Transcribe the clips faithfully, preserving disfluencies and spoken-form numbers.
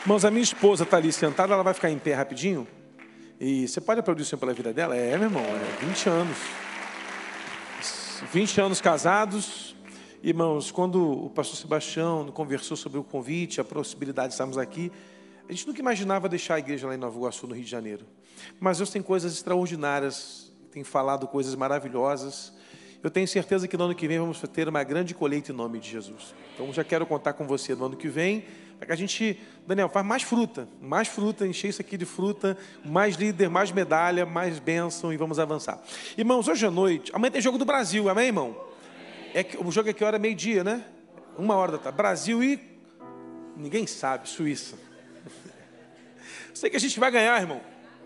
Irmãos, a minha esposa está ali sentada, ela vai ficar em pé rapidinho. E você pode aplaudir o Senhor pela vida dela? É, meu irmão, é vinte anos. vinte anos casados. Irmãos, quando o pastor Sebastião conversou sobre o convite, a possibilidade de estarmos aqui, a gente nunca imaginava deixar a igreja lá em Nova Iguaçu, no Rio de Janeiro. Mas Deus tem coisas extraordinárias, tem falado coisas maravilhosas. Eu tenho certeza que no ano que vem vamos ter uma grande colheita em nome de Jesus. Então já quero contar com você no ano que vem, para que a gente, Daniel, faz mais fruta, mais fruta, encher isso aqui de fruta, mais líder, mais medalha, mais bênção e vamos avançar. Irmãos, hoje à noite, amanhã tem jogo do Brasil, amém, irmão? É que, o jogo é que hora? Meio-dia, né? Uma hora da tarde. Brasil e ninguém sabe, Suíça. Sei que a gente vai ganhar, irmão.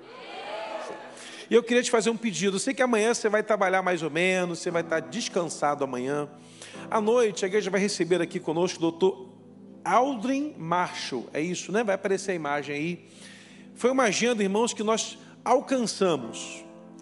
E eu queria te fazer um pedido. Eu sei que amanhã você vai trabalhar mais ou menos, você vai estar descansado amanhã. À noite, a igreja vai receber aqui conosco o doutor Aldrin Marshall. É isso, né? Vai aparecer a imagem aí. Foi uma agenda, irmãos, que nós alcançamos.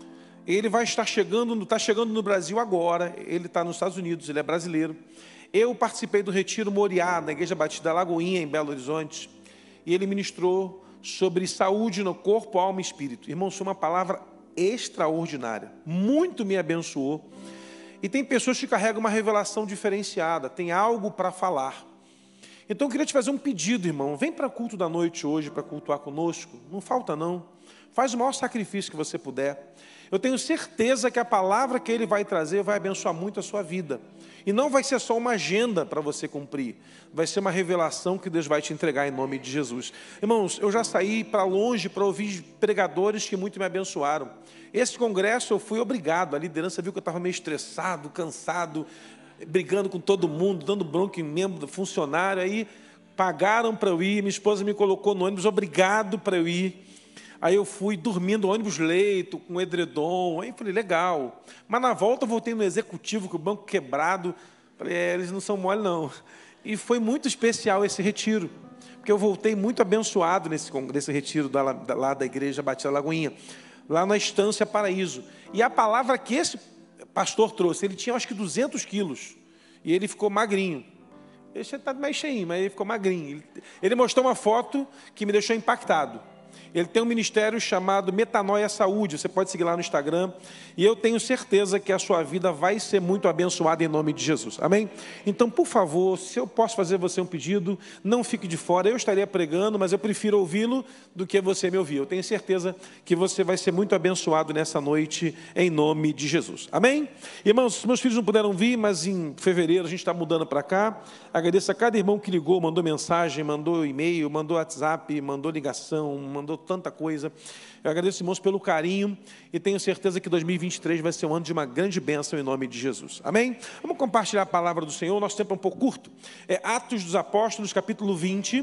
Ele vai estar chegando, está chegando no Brasil agora. Ele está nos Estados Unidos, ele é brasileiro. Eu participei do Retiro Moriá, na Igreja Batista da Lagoinha, em Belo Horizonte. E ele ministrou sobre saúde no corpo, alma e espírito. Irmãos, foi uma palavra extraordinária, muito me abençoou. E tem pessoas que carregam uma revelação diferenciada, tem algo para falar. Então eu queria te fazer um pedido, irmão. Vem para o culto da noite hoje, para cultuar conosco. Não falta não. Faz o maior sacrifício que você puder. Eu tenho certeza que a palavra que ele vai trazer vai abençoar muito a sua vida. E não vai ser só uma agenda para você cumprir. Vai ser uma revelação que Deus vai te entregar em nome de Jesus. Irmãos, eu já saí para longe para ouvir pregadores que muito me abençoaram. Esse congresso eu fui obrigado. A liderança viu que eu estava meio estressado, cansado, brigando com todo mundo, dando bronca em membro do funcionário. Aí pagaram para eu ir. Minha esposa me colocou no ônibus, obrigado para eu ir. Aí eu fui dormindo, ônibus leito, com edredom, aí falei, legal. Mas na volta eu voltei no executivo, com o banco quebrado. Falei, é, eles não são mole não. E foi muito especial esse retiro, porque eu voltei muito abençoado nesse, nesse retiro da, da, lá da Igreja Batista Lagoinha, lá na Estância Paraíso. E a palavra que esse pastor trouxe, ele tinha acho que duzentos quilos, e ele ficou magrinho. Ele está mais cheinho, mas ele ficou magrinho. Ele, ele mostrou uma foto que me deixou impactado. Ele tem um ministério chamado Metanoia Saúde, você pode seguir lá no Instagram, e eu tenho certeza que a sua vida vai ser muito abençoada em nome de Jesus, amém? Então, por favor, se eu posso fazer você um pedido, não fique de fora, eu estaria pregando, mas eu prefiro ouvi-lo do que você me ouvir. Eu tenho certeza que você vai ser muito abençoado nessa noite, em nome de Jesus, amém? Irmãos, meus filhos não puderam vir, mas em fevereiro a gente está mudando para cá. Agradeço a cada irmão que ligou, mandou mensagem, mandou e-mail, mandou WhatsApp, mandou ligação, mandou tanta coisa. Eu agradeço, irmãos, pelo carinho e tenho certeza que dois mil e vinte e três vai ser um ano de uma grande bênção em nome de Jesus. Amém? Vamos compartilhar a palavra do Senhor. Nosso tempo é um pouco curto. É Atos dos Apóstolos, capítulo vinte,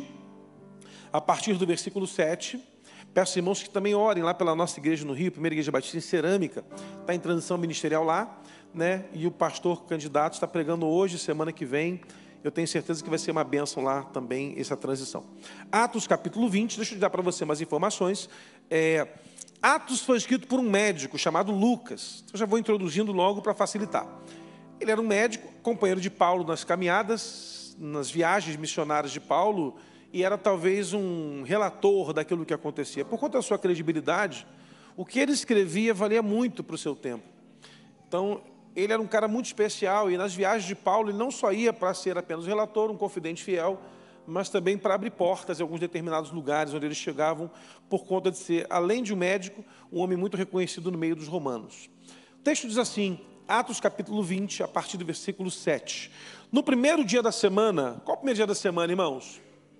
a partir do versículo sete. Peço, irmãos, que também orem lá pela nossa igreja no Rio, Primeira Igreja Batista em Cerâmica. Está em transição ministerial lá, né? E o pastor candidato está pregando hoje, semana que vem. Eu tenho certeza que vai ser uma bênção lá também, essa transição. Atos, capítulo vinte, deixa eu dar para você umas informações. É, Atos foi escrito por um médico chamado Lucas. Eu já vou introduzindo logo para facilitar. Ele era um médico, companheiro de Paulo nas caminhadas, nas viagens missionárias de Paulo, e era talvez um relator daquilo que acontecia. Por conta da sua credibilidade, o que ele escrevia valia muito para o seu tempo. Então, ele era um cara muito especial, e nas viagens de Paulo, ele não só ia para ser apenas um relator, um confidente fiel, mas também para abrir portas em alguns determinados lugares onde eles chegavam, por conta de ser, além de um médico, um homem muito reconhecido no meio dos romanos. O texto diz assim, Atos capítulo vinte, a partir do versículo sete. No primeiro dia da semana, qual é o primeiro dia da semana, irmãos?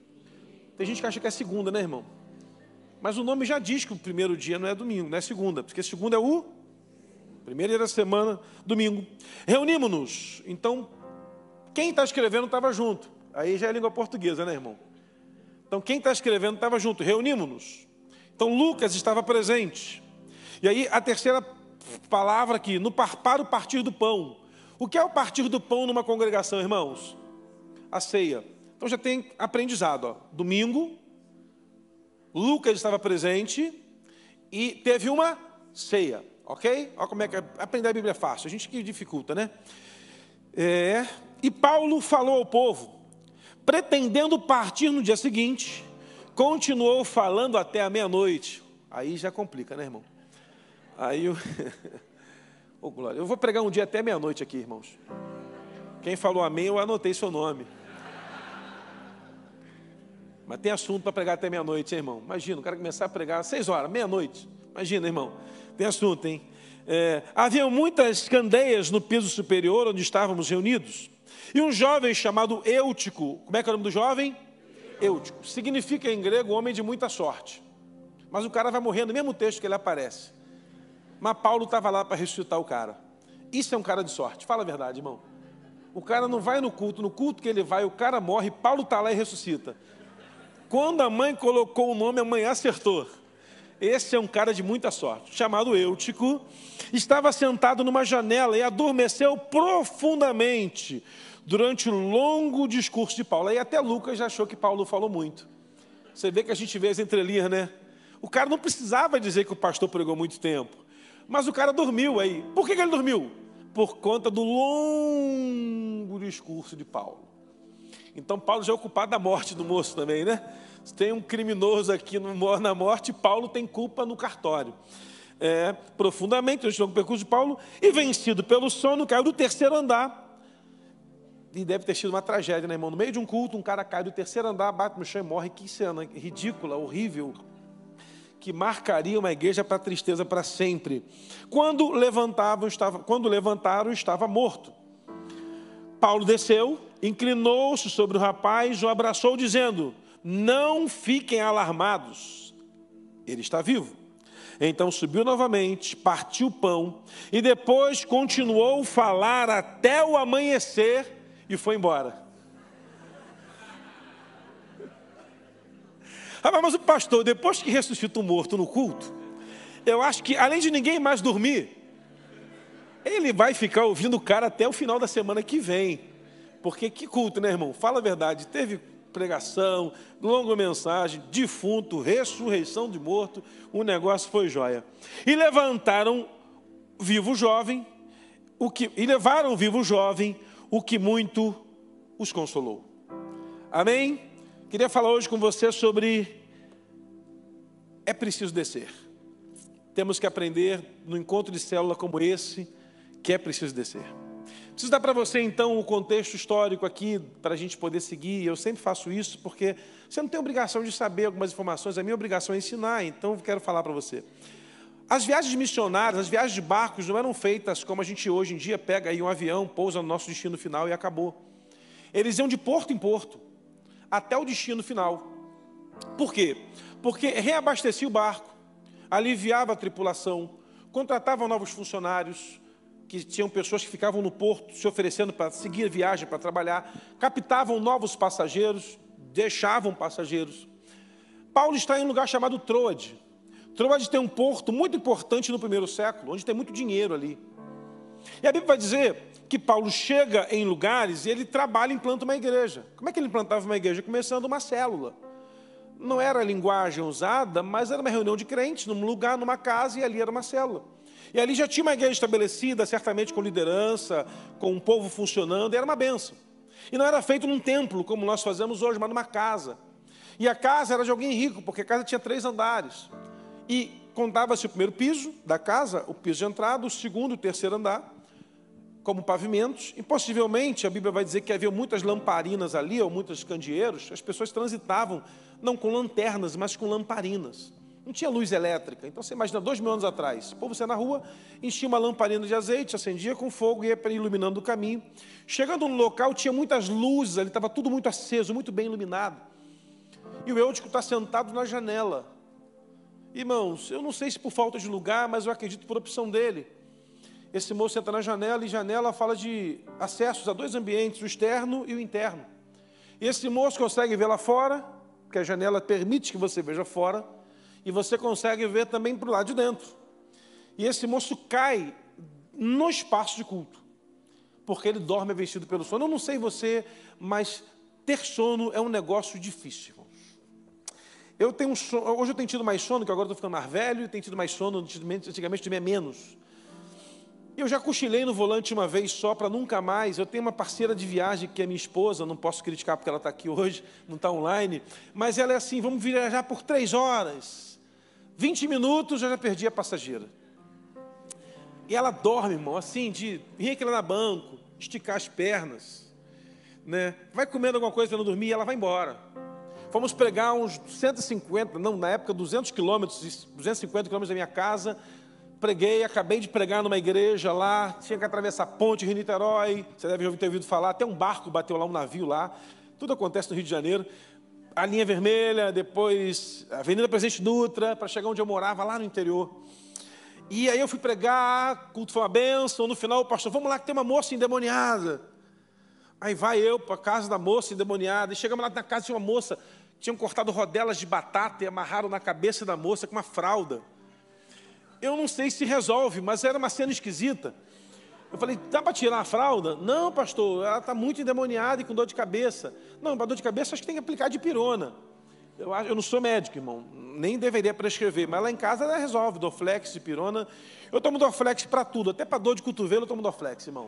Tem gente que acha que é segunda, né, irmão? Mas o nome já diz que o primeiro dia não é domingo, não é segunda, porque segunda é o primeiro dia da semana, domingo. Reunimos-nos. Então, quem está escrevendo estava junto. Aí já é língua portuguesa, né, irmão? Então, quem está escrevendo estava junto. Reunimos-nos. Então, Lucas estava presente. E aí, a terceira palavra aqui, no para o partir do pão. O que é o partir do pão numa congregação, irmãos? A ceia. Então, já tem aprendizado. Ó. Domingo, Lucas estava presente e teve uma ceia. Ok? Olha como é que é. Aprender a Bíblia é fácil. A gente que dificulta, né? É, e Paulo falou ao povo, pretendendo partir no dia seguinte, continuou falando até a meia-noite. Aí já complica, né, irmão? Aí eu... Ô, glória, eu vou pregar um dia até meia-noite aqui, irmãos. Quem falou amém, eu anotei seu nome. Mas tem assunto para pregar até meia-noite, hein, irmão? Imagina, o cara começar a pregar às seis horas, meia-noite. Imagina, irmão. Tem assunto, hein? É, havia muitas candeias no piso superior onde estávamos reunidos. E um jovem chamado Eutico. Como é que é o nome do jovem? Eutico. Significa em grego homem de muita sorte. Mas o cara vai morrer no mesmo texto que ele aparece. Mas Paulo estava lá para ressuscitar o cara. Isso é um cara de sorte. Fala a verdade, irmão. O cara não vai no culto. No culto que ele vai, o cara morre. Paulo está lá e ressuscita. Quando a mãe colocou o nome, a mãe acertou. Esse é um cara de muita sorte, chamado Eutico. Estava sentado numa janela e adormeceu profundamente durante o longo discurso de Paulo. Aí até Lucas já achou que Paulo falou muito. Você vê que a gente vê as entrelinhas, né? O cara não precisava dizer que o pastor pregou muito tempo. Mas o cara dormiu aí. Por que que ele dormiu? Por conta do longo discurso de Paulo. Então Paulo já é ocupado da morte do moço também, né? Se tem um criminoso aqui na morte, Paulo tem culpa no cartório. É, profundamente, durante o longo percurso de Paulo, e vencido pelo sono, caiu do terceiro andar. E deve ter sido uma tragédia, né, irmão? No meio de um culto, um cara cai do terceiro andar, bate no chão e morre. Que cena ridícula, horrível, que marcaria uma igreja para a tristeza para sempre. Quando levantavam, estava, quando levantaram, estava morto. Paulo desceu, inclinou-se sobre o rapaz, o abraçou, dizendo: não fiquem alarmados, ele está vivo. Então subiu novamente, partiu o pão, e depois continuou a falar até o amanhecer, e foi embora. Ah, mas o pastor, depois que ressuscita o morto no culto, eu acho que, além de ninguém mais dormir, ele vai ficar ouvindo o cara até o final da semana que vem. Porque que culto, né, irmão? Fala a verdade, teve pregação, longa mensagem, defunto, ressurreição de morto, o negócio foi jóia. E levantaram vivo jovem, o que, e levaram vivo jovem, o que muito os consolou. Amém? Queria falar hoje com você sobre é preciso descer. Temos que aprender no encontro de célula como esse, que é preciso descer. Preciso dar para você, então, o contexto histórico aqui, para a gente poder seguir. Eu sempre faço isso, porque você não tem obrigação de saber algumas informações, a minha obrigação é ensinar, então eu quero falar para você. As viagens missionárias, as viagens de barcos não eram feitas como a gente hoje em dia pega aí um avião, pousa no nosso destino final e acabou. Eles iam de porto em porto, até o destino final. Por quê? Porque reabastecia o barco, aliviava a tripulação, contratava novos funcionários, que tinham pessoas que ficavam no porto se oferecendo para seguir a viagem, para trabalhar, captavam novos passageiros, deixavam passageiros. Paulo está em um lugar chamado Troade. Troade tem um porto muito importante no primeiro século, onde tem muito dinheiro ali. E a Bíblia vai dizer que Paulo chega em lugares e ele trabalha e implanta uma igreja. Como é que ele implantava uma igreja? Começando uma célula. Não era a linguagem usada, mas era uma reunião de crentes, num lugar, numa casa, e ali era uma célula. E ali já tinha uma igreja estabelecida, certamente com liderança, com um povo funcionando, e era uma bênção. E não era feito num templo, como nós fazemos hoje, mas numa casa. E a casa era de alguém rico, porque a casa tinha três andares. E contava-se o primeiro piso da casa, o piso de entrada, o segundo e o terceiro andar, como pavimentos. E possivelmente, a Bíblia vai dizer que havia muitas lamparinas ali, ou muitos candeeiros. As pessoas transitavam, não com lanternas, mas com lamparinas. Não tinha luz elétrica. Então você imagina, dois mil anos atrás, o povo saia na rua, enchia uma lamparina de azeite, acendia com fogo e ia iluminando o caminho. Chegando no local, tinha muitas luzes ali, estava tudo muito aceso, muito bem iluminado. E o Eutico está sentado na janela. Irmãos, eu não sei se por falta de lugar, mas eu acredito por opção dele. Esse moço senta na janela, e janela fala de acessos a dois ambientes, o externo e o interno. E esse moço consegue ver lá fora, porque a janela permite que você veja fora, e você consegue ver também para o lado de dentro. E esse moço cai no espaço de culto, porque ele dorme vestido pelo sono. Eu não sei você, mas ter sono é um negócio difícil. Eu tenho um sono, hoje eu tenho tido mais sono, que agora eu estou ficando mais velho, e tenho tido mais sono, antigamente, antigamente tinha menos. Eu já cochilei no volante uma vez só, para nunca mais. Eu tenho uma parceira de viagem que é minha esposa, não posso criticar porque ela está aqui hoje, não está online, mas ela é assim, vamos viajar por três horas, vinte minutos, eu já perdi a passageira. E ela dorme, irmão, assim, de reclinar no banco, esticar as pernas, né? Vai comendo alguma coisa para não dormir e ela vai embora. Fomos pregar uns cento e cinquenta, não, na época duzentos quilômetros, duzentos e cinquenta quilômetros da minha casa. Preguei, acabei de pregar numa igreja lá, tinha que atravessar a ponte Rio-Niterói, você deve ter ouvido falar, até um barco bateu lá, um navio lá, tudo acontece no Rio de Janeiro. A linha vermelha, depois a Avenida Presidente Dutra, para chegar onde eu morava, lá no interior. E aí eu fui pregar, o culto foi uma bênção, no final o pastor, vamos lá que tem uma moça endemoniada. Aí vai eu para a casa da moça endemoniada, e chegamos lá na casa, tinha uma moça, tinham cortado rodelas de batata e amarraram na cabeça da moça com uma fralda. Eu não sei se resolve, mas era uma cena esquisita. Eu falei, dá para tirar a fralda? Não, pastor, ela está muito endemoniada e com dor de cabeça. Não, para dor de cabeça acho que tem que aplicar dipirona. Eu, eu não sou médico, irmão, nem deveria prescrever, mas lá em casa ela resolve, Dorflex, dipirona. Eu tomo Dorflex para tudo, até para dor de cotovelo eu tomo Dorflex, irmão.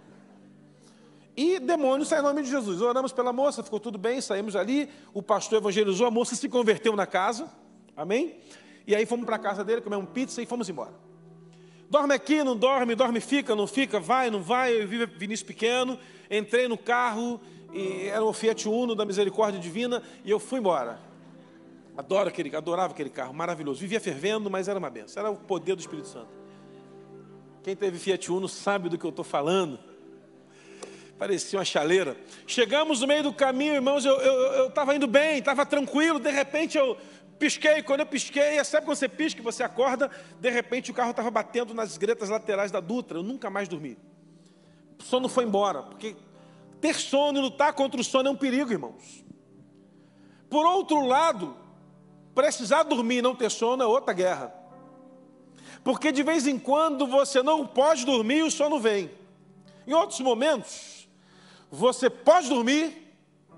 E demônio sai em nome de Jesus. Oramos pela moça, ficou tudo bem, saímos ali, o pastor evangelizou, a moça se converteu na casa, amém? E aí fomos para a casa dele, comemos pizza e fomos embora. Dorme aqui, não dorme, dorme, fica, não fica, vai, não vai. Eu vi Vinícius pequeno, entrei no carro, e era um Fiat Uno da Misericórdia Divina, e eu fui embora. Adoro aquele, adorava aquele carro, maravilhoso. Vivia fervendo, mas era uma benção, era o poder do Espírito Santo. Quem teve Fiat Uno sabe do que eu estou falando. Parecia uma chaleira. Chegamos no meio do caminho, irmãos, eu estava indo bem, estava tranquilo, de repente eu pisquei, quando eu pisquei, sabe quando você pisca, você acorda, de repente o carro estava batendo nas gretas laterais da Dutra, eu nunca mais dormi. O sono foi embora, porque ter sono e lutar contra o sono é um perigo, irmãos. Por outro lado, precisar dormir e não ter sono é outra guerra. Porque de vez em quando você não pode dormir e o sono vem. Em outros momentos, você pode dormir,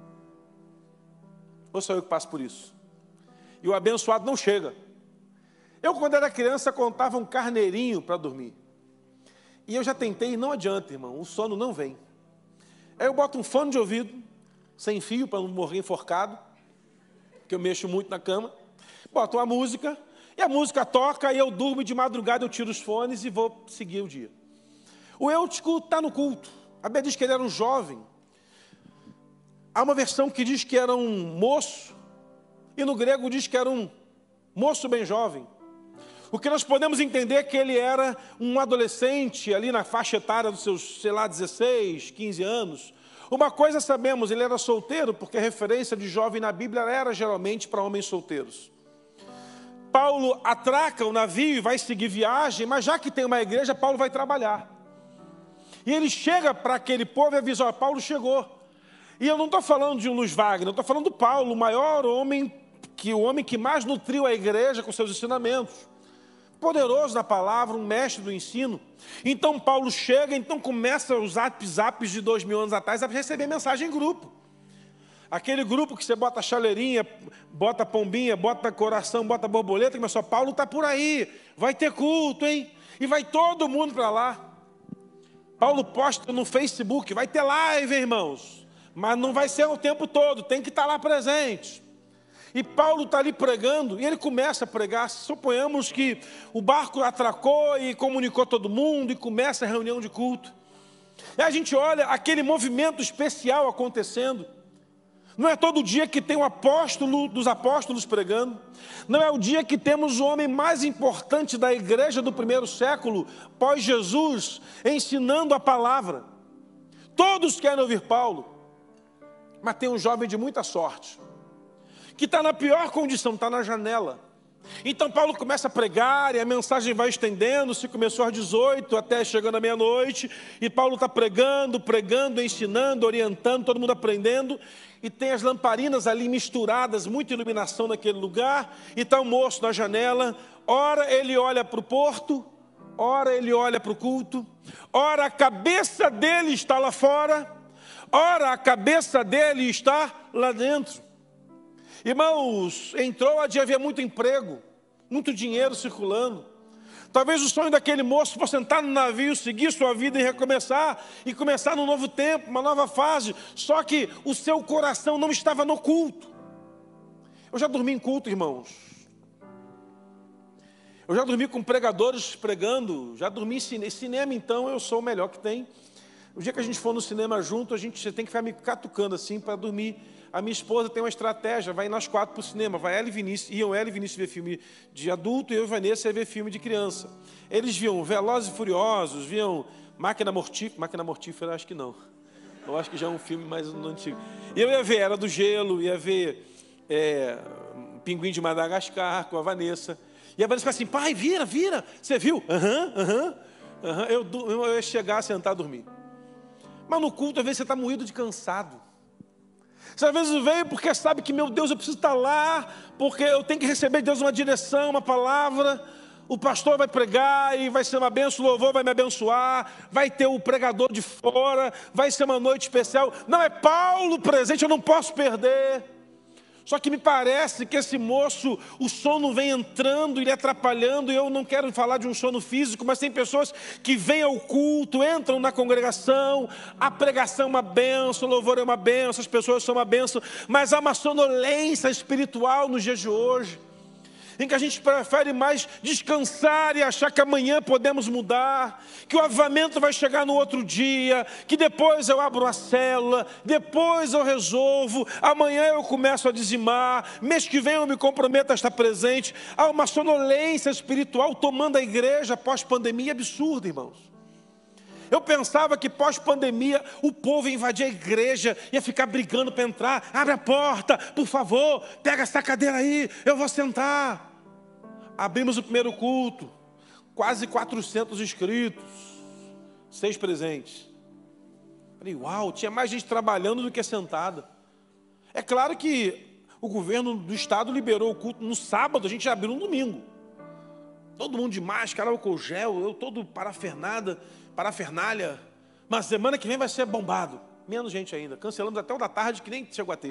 ou sou eu que passo por isso? E o abençoado não chega. Eu, quando era criança, contava um carneirinho para dormir. E eu já tentei e não adianta, irmão, o sono não vem. Aí eu boto um fone de ouvido, sem fio, para não morrer enforcado, porque eu mexo muito na cama. Boto uma música, e a música toca, e eu durmo, e de madrugada eu tiro os fones e vou seguir o dia. O Eutico está no culto. A Bíblia diz que ele era um jovem. Há uma versão que diz que era um moço, e no grego diz que era um moço bem jovem. O que nós podemos entender é que ele era um adolescente, ali na faixa etária dos seus, sei lá, dezesseis, quinze anos. Uma coisa sabemos, ele era solteiro, porque a referência de jovem na Bíblia era geralmente para homens solteiros. Paulo atraca o navio e vai seguir viagem, mas já que tem uma igreja, Paulo vai trabalhar. E ele chega para aquele povo e avisa, ó, Paulo chegou. E eu não estou falando de um Luiz Wagner, eu estou falando do Paulo, o maior homem, que o homem que mais nutriu a igreja com seus ensinamentos. Poderoso na palavra, um mestre do ensino. Então Paulo chega, então começa os zap-zaps de dois mil anos atrás a receber mensagem em grupo. Aquele grupo que você bota chaleirinha, bota pombinha, bota coração, bota borboleta, mas só Paulo está por aí, vai ter culto, hein? E vai todo mundo para lá. Paulo posta no Facebook, vai ter live, irmãos, mas não vai ser o tempo todo, tem que estar lá presente. E Paulo está ali pregando, e ele começa a pregar. Suponhamos que o barco atracou e comunicou todo mundo, e começa a reunião de culto. E a gente olha aquele movimento especial acontecendo. Não é todo dia que tem um apóstolo dos apóstolos pregando. Não é o dia que temos o homem mais importante da igreja do primeiro século, pós-Jesus, ensinando a palavra. Todos querem ouvir Paulo, mas tem um jovem de muita sorte, que está na pior condição, está na janela. Então Paulo começa a pregar e a mensagem vai estendendo, se começou às dezoito até chegando à meia-noite, e Paulo está pregando, pregando, ensinando, orientando, todo mundo aprendendo, e tem as lamparinas ali misturadas, muita iluminação naquele lugar, e está um moço na janela, ora ele olha para o porto, ora ele olha para o culto, ora a cabeça dele está lá fora, ora a cabeça dele está lá dentro. Irmãos, entrou a de haver muito emprego, muito dinheiro circulando. Talvez o sonho daquele moço fosse sentar no navio, seguir sua vida e recomeçar, e começar num novo tempo, uma nova fase. Só que o seu coração não estava no culto. Eu já dormi em culto, irmãos. Eu já dormi com pregadores pregando, já dormi em cine- cinema, então eu sou o melhor que tem. O dia que a gente for no cinema junto, a gente tem que ficar me catucando assim para dormir. A minha esposa tem uma estratégia, vai nós quatro para o cinema, vai ela e Vinícius, iam ela e Vinícius ver filme de adulto e eu e Vanessa ia ver filme de criança. Eles viam Velozes e Furiosos, viam Máquina Mortífera, Máquina Mortífera acho que não, eu acho que já é um filme mais antigo. E eu ia ver Era do Gelo, ia ver é, Pinguim de Madagascar com a Vanessa. E a Vanessa ficava assim, pai, vira, vira, você viu? Aham, aham, aham. Eu eu ia chegar, sentar, dormir. Mas no culto, às vezes você está moído de cansado. Você às vezes veio porque sabe que, meu Deus, eu preciso estar lá, porque eu tenho que receber de Deus uma direção, uma palavra. O pastor vai pregar e vai ser uma benção, o louvor vai me abençoar, vai ter o pregador de fora, vai ser uma noite especial. Não, é Paulo presente, eu não posso perder. Só que me parece que esse moço, o sono vem entrando e lhe atrapalhando, e eu não quero falar de um sono físico, mas tem pessoas que vêm ao culto, entram na congregação, a pregação é uma benção, o louvor é uma benção, as pessoas são uma benção, mas há uma sonolência espiritual nos dias de hoje, em que a gente prefere mais descansar e achar que amanhã podemos mudar, que o avivamento vai chegar no outro dia, que depois eu abro a célula, depois eu resolvo, amanhã eu começo a dizimar, mês que vem eu me comprometo a estar presente. Há uma sonolência espiritual tomando a igreja pós-pandemia absurda, irmãos. Eu pensava que pós-pandemia o povo ia invadir a igreja, ia ficar brigando para entrar. Abre a porta, por favor, pega essa cadeira aí, eu vou sentar. Abrimos o primeiro culto, quase quatrocentos inscritos, seis presentes. Falei, uau, tinha mais gente trabalhando do que sentada. É claro que o governo do estado liberou o culto no sábado, a gente abriu no domingo. Todo mundo de máscara, álcool gel, eu todo parafernada, parafernália. Mas semana que vem vai ser bombado. Menos gente ainda. Cancelamos até o da tarde, que nem chegou a ter.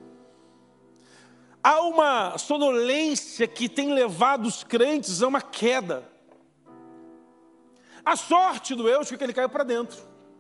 Há uma sonolência que tem levado os crentes a uma queda. A sorte do Eusco é que ele caiu para dentro.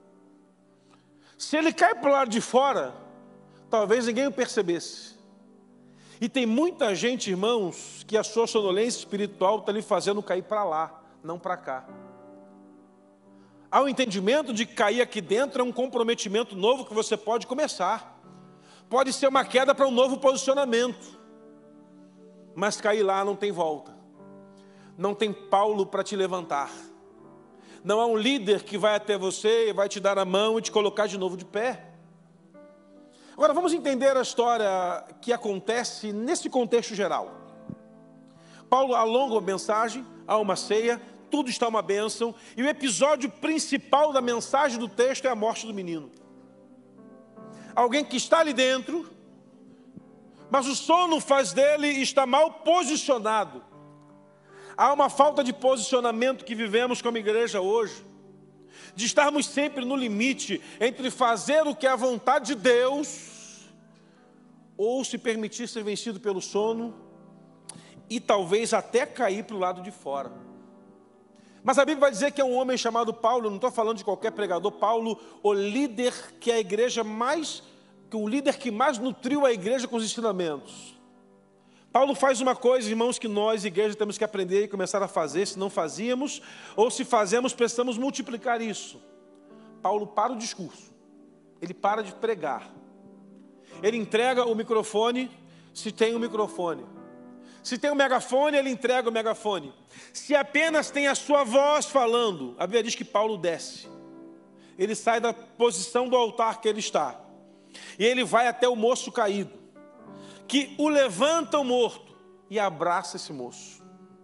Se ele cai para o lado de fora, talvez ninguém o percebesse. E tem muita gente, irmãos, que a sua sonolência espiritual está lhe fazendo cair para lá, não para cá. Há o entendimento de que cair aqui dentro é um comprometimento novo que você pode começar. Pode ser uma queda para um novo posicionamento. Mas cair lá não tem volta. Não tem Paulo para te levantar. Não há um líder que vai até você e vai te dar a mão e te colocar de novo de pé. Agora vamos entender a história que acontece nesse contexto geral. Paulo alonga a mensagem, há uma ceia, tudo está uma bênção, e o episódio principal da mensagem do texto é a morte do menino. Alguém que está ali dentro, mas o sono faz dele estar mal posicionado. Há uma falta de posicionamento que vivemos como igreja hoje, de estarmos sempre no limite entre fazer o que é a vontade de Deus ou se permitir ser vencido pelo sono e talvez até cair para o lado de fora. Mas a Bíblia vai dizer que é um homem chamado Paulo, não estou falando de qualquer pregador, Paulo, o líder que a igreja mais, que o líder que mais nutriu a igreja com os ensinamentos. Paulo faz uma coisa, irmãos, que nós, igreja, temos que aprender e começar a fazer, se não fazíamos, ou se fazemos, precisamos multiplicar isso. Paulo para o discurso, ele para de pregar, ele entrega o microfone, se tem um microfone. Se tem um megafone, ele entrega o megafone. Se apenas tem a sua voz falando, a Bíblia diz que Paulo desce. Ele sai da posição do altar que ele está. E ele vai até o moço caído, que o levanta o morto e abraça esse moço.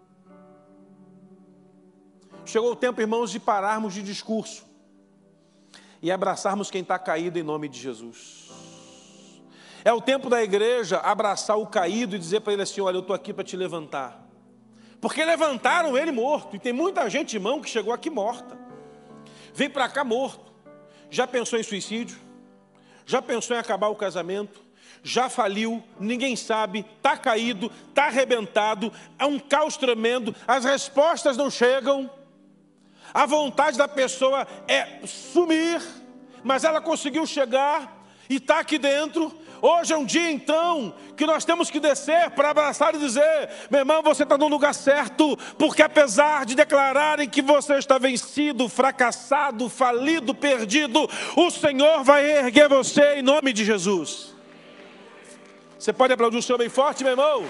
Chegou o tempo, irmãos, de pararmos de discurso e abraçarmos quem está caído em nome de Jesus. É o tempo da igreja abraçar o caído e dizer para ele assim, olha, eu estou aqui para te levantar. Porque levantaram ele morto. E tem muita gente, irmão, que chegou aqui morta. Veio para cá morto. Já pensou em suicídio? Já pensou em acabar o casamento? já faliu, ninguém sabe, está caído, está arrebentado, é um caos tremendo, as respostas não chegam, a vontade da pessoa é sumir, mas ela conseguiu chegar e está aqui dentro. Hoje é um dia então que nós temos que descer para abraçar e dizer: meu irmão, você está no lugar certo, porque apesar de declararem que você está vencido, fracassado, falido, perdido, o Senhor vai erguer você em nome de Jesus. Você pode aplaudir o Senhor bem forte, meu irmão?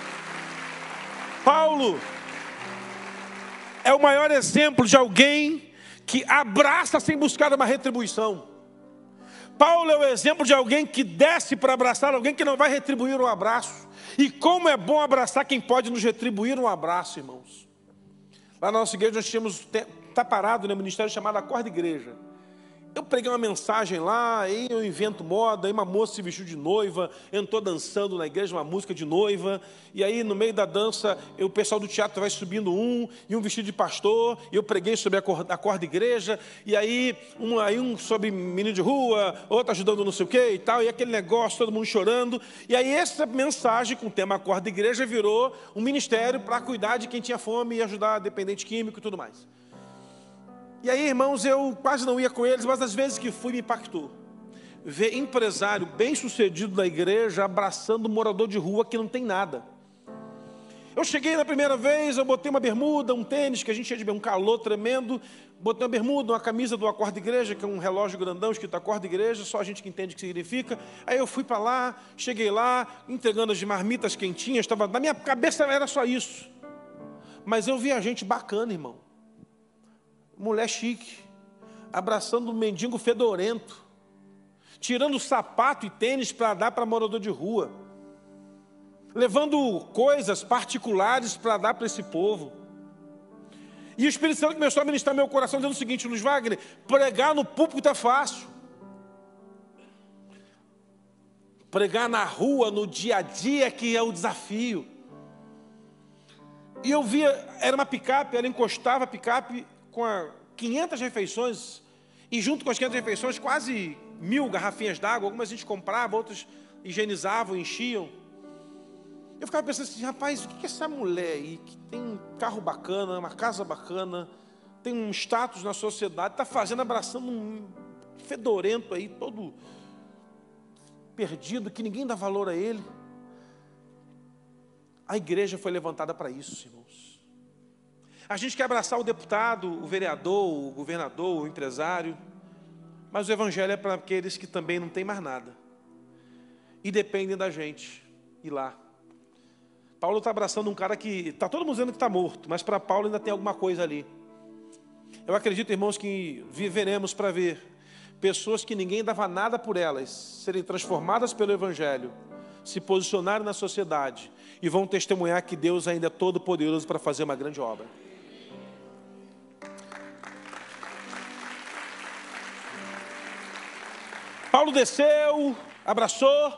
Paulo é o maior exemplo de alguém que abraça sem buscar uma retribuição. Paulo é o exemplo de alguém que desce para abraçar alguém que não vai retribuir um abraço. E como é bom abraçar quem pode nos retribuir um abraço, irmãos. Lá na nossa igreja nós tínhamos, está parado, né, um ministério chamado Acorda Igreja. Eu preguei uma mensagem lá, aí eu invento moda, aí uma moça se vestiu de noiva, entrou dançando na igreja uma música de noiva, e aí no meio da dança, o pessoal do teatro vai subindo um, e um vestido de pastor, e eu preguei sobre a Acorda Igreja, e aí um, aí um sobre menino de rua, outro ajudando não sei o que e tal, e aquele negócio, todo mundo chorando, e aí essa mensagem com o tema Acorda Igreja virou um ministério para cuidar de quem tinha fome e ajudar dependente químico e tudo mais. E aí, irmãos, eu quase não ia com eles, mas às vezes que fui me impactou. Ver empresário bem sucedido da igreja abraçando um morador de rua que não tem nada. Eu cheguei na primeira vez, eu botei uma bermuda, um tênis, que a gente tinha de um calor tremendo, botei uma bermuda, uma camisa do Acorda Igreja, que é um relógio grandão escrito Acorda Igreja, só a gente que entende o que significa. Aí eu fui para lá, cheguei lá, entregando as marmitas quentinhas, estava, na minha cabeça era só isso. Mas eu vi a gente bacana, irmão. Mulher chique, abraçando um mendigo fedorento, tirando sapato e tênis para dar para morador de rua, levando coisas particulares para dar para esse povo. E o Espírito Santo começou a ministrar meu coração dizendo o seguinte: Luiz Wagner, pregar no púlpito é fácil. Pregar na rua, no dia a dia, que é o desafio. E eu via, era uma picape, ela encostava a picape com a quinhentas refeições, e junto com as quinhentas refeições, quase mil garrafinhas d'água, algumas a gente comprava, outras higienizavam, enchiam. Eu ficava pensando assim: rapaz, o que é essa mulher aí, que tem um carro bacana, uma casa bacana, tem um status na sociedade, está fazendo, abraçando um fedorento aí, todo perdido, que ninguém dá valor a ele. A igreja foi levantada para isso, irmãos. A gente quer abraçar o deputado, o vereador, o governador, o empresário, mas o evangelho é para aqueles que também não têm mais nada e dependem da gente ir lá. Paulo está abraçando um cara que está todo mundo dizendo que está morto, mas para Paulo ainda tem alguma coisa ali. Eu acredito, irmãos, que viveremos para ver pessoas que ninguém dava nada por elas serem transformadas pelo evangelho, se posicionarem na sociedade e vão testemunhar que Deus ainda é todo poderoso para fazer uma grande obra. Paulo desceu, abraçou,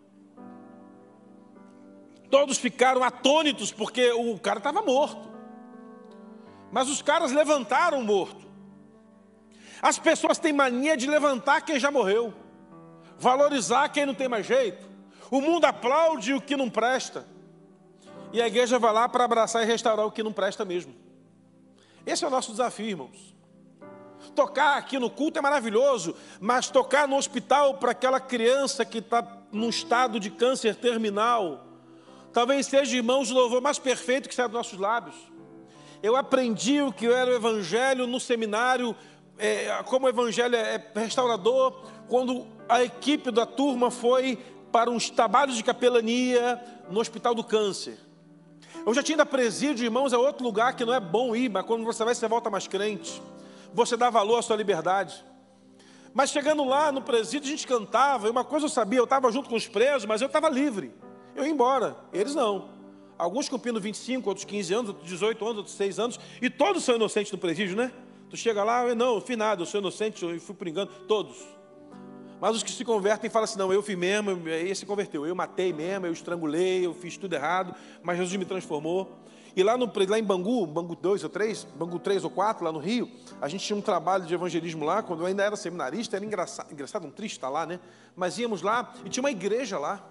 todos ficaram atônitos, porque o cara estava morto, mas os caras levantaram o morto. As pessoas têm mania de levantar quem já morreu, valorizar quem não tem mais jeito. O mundo aplaude o que não presta, e a igreja vai lá para abraçar e restaurar o que não presta mesmo. Esse é o nosso desafio, irmãos. Tocar aqui no culto é maravilhoso, mas tocar no hospital para aquela criança que está num estado de câncer terminal, talvez seja, irmãos, o louvor mais perfeito que sai dos nossos lábios. Eu aprendi o que era o evangelho no seminário, é, como o evangelho é restaurador, quando a equipe da turma foi para uns trabalhos de capelania no Hospital do Câncer. Eu já tinha da presídio, irmãos, é outro lugar que não é bom ir, mas quando você vai, você volta mais crente. Você dá valor à sua liberdade. Mas chegando lá no presídio, a gente cantava, e uma coisa eu sabia, eu estava junto com os presos, mas eu estava livre. Eu ia embora, eles não. Alguns cumprindo vinte e cinco, outros quinze anos, outros dezoito anos, outros seis anos, e todos são inocentes no presídio, né? Tu chega lá, eu não, eu fiz nada, eu sou inocente, eu fui por engano, todos. Mas os que se convertem falam assim, não, eu fiz mesmo, esse se converteu, eu matei mesmo, eu estrangulei, eu fiz tudo errado, mas Jesus me transformou. E lá, no, lá em Bangu, Bangu dois ou três, Bangu três ou quatro, lá no Rio, a gente tinha um trabalho de evangelismo lá, quando eu ainda era seminarista, era engraçado, engraçado um triste estar lá, né? Mas íamos lá, e tinha uma igreja lá.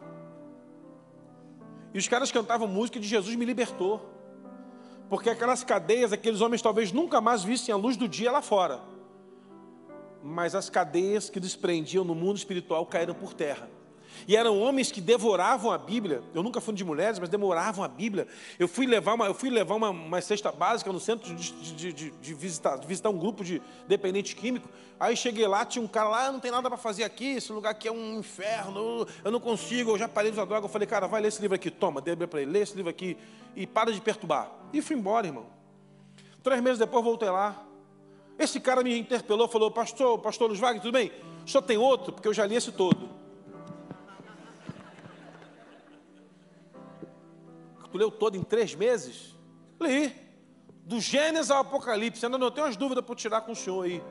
E os caras cantavam música de Jesus me libertou. Porque aquelas cadeias, aqueles homens talvez nunca mais vissem a luz do dia lá fora. Mas as cadeias que desprendiam no mundo espiritual caíram por terra. E eram homens que devoravam a Bíblia. Eu nunca fui de mulheres, mas devoravam a Bíblia. Eu fui levar uma, eu fui levar uma, uma cesta básica no centro de, de, de, de, visitar, de visitar um grupo de dependente químico. Aí cheguei lá, tinha um cara lá, não tem nada para fazer aqui, esse lugar aqui é um inferno, eu não consigo, eu já parei de usar droga. Eu falei, cara, vai ler esse livro aqui, toma, dei a Bíblia para ele, lê esse livro aqui e para de perturbar. E fui embora, irmão. Três meses depois voltei lá. Esse cara me interpelou, falou, pastor, pastor Luiz Wagner, tudo bem? O senhor tem outro? Porque eu já li esse todo. Tu leu todo em três meses? Li. Do Gênesis ao Apocalipse. Ainda não tenho umas dúvidas para tirar com o senhor aí.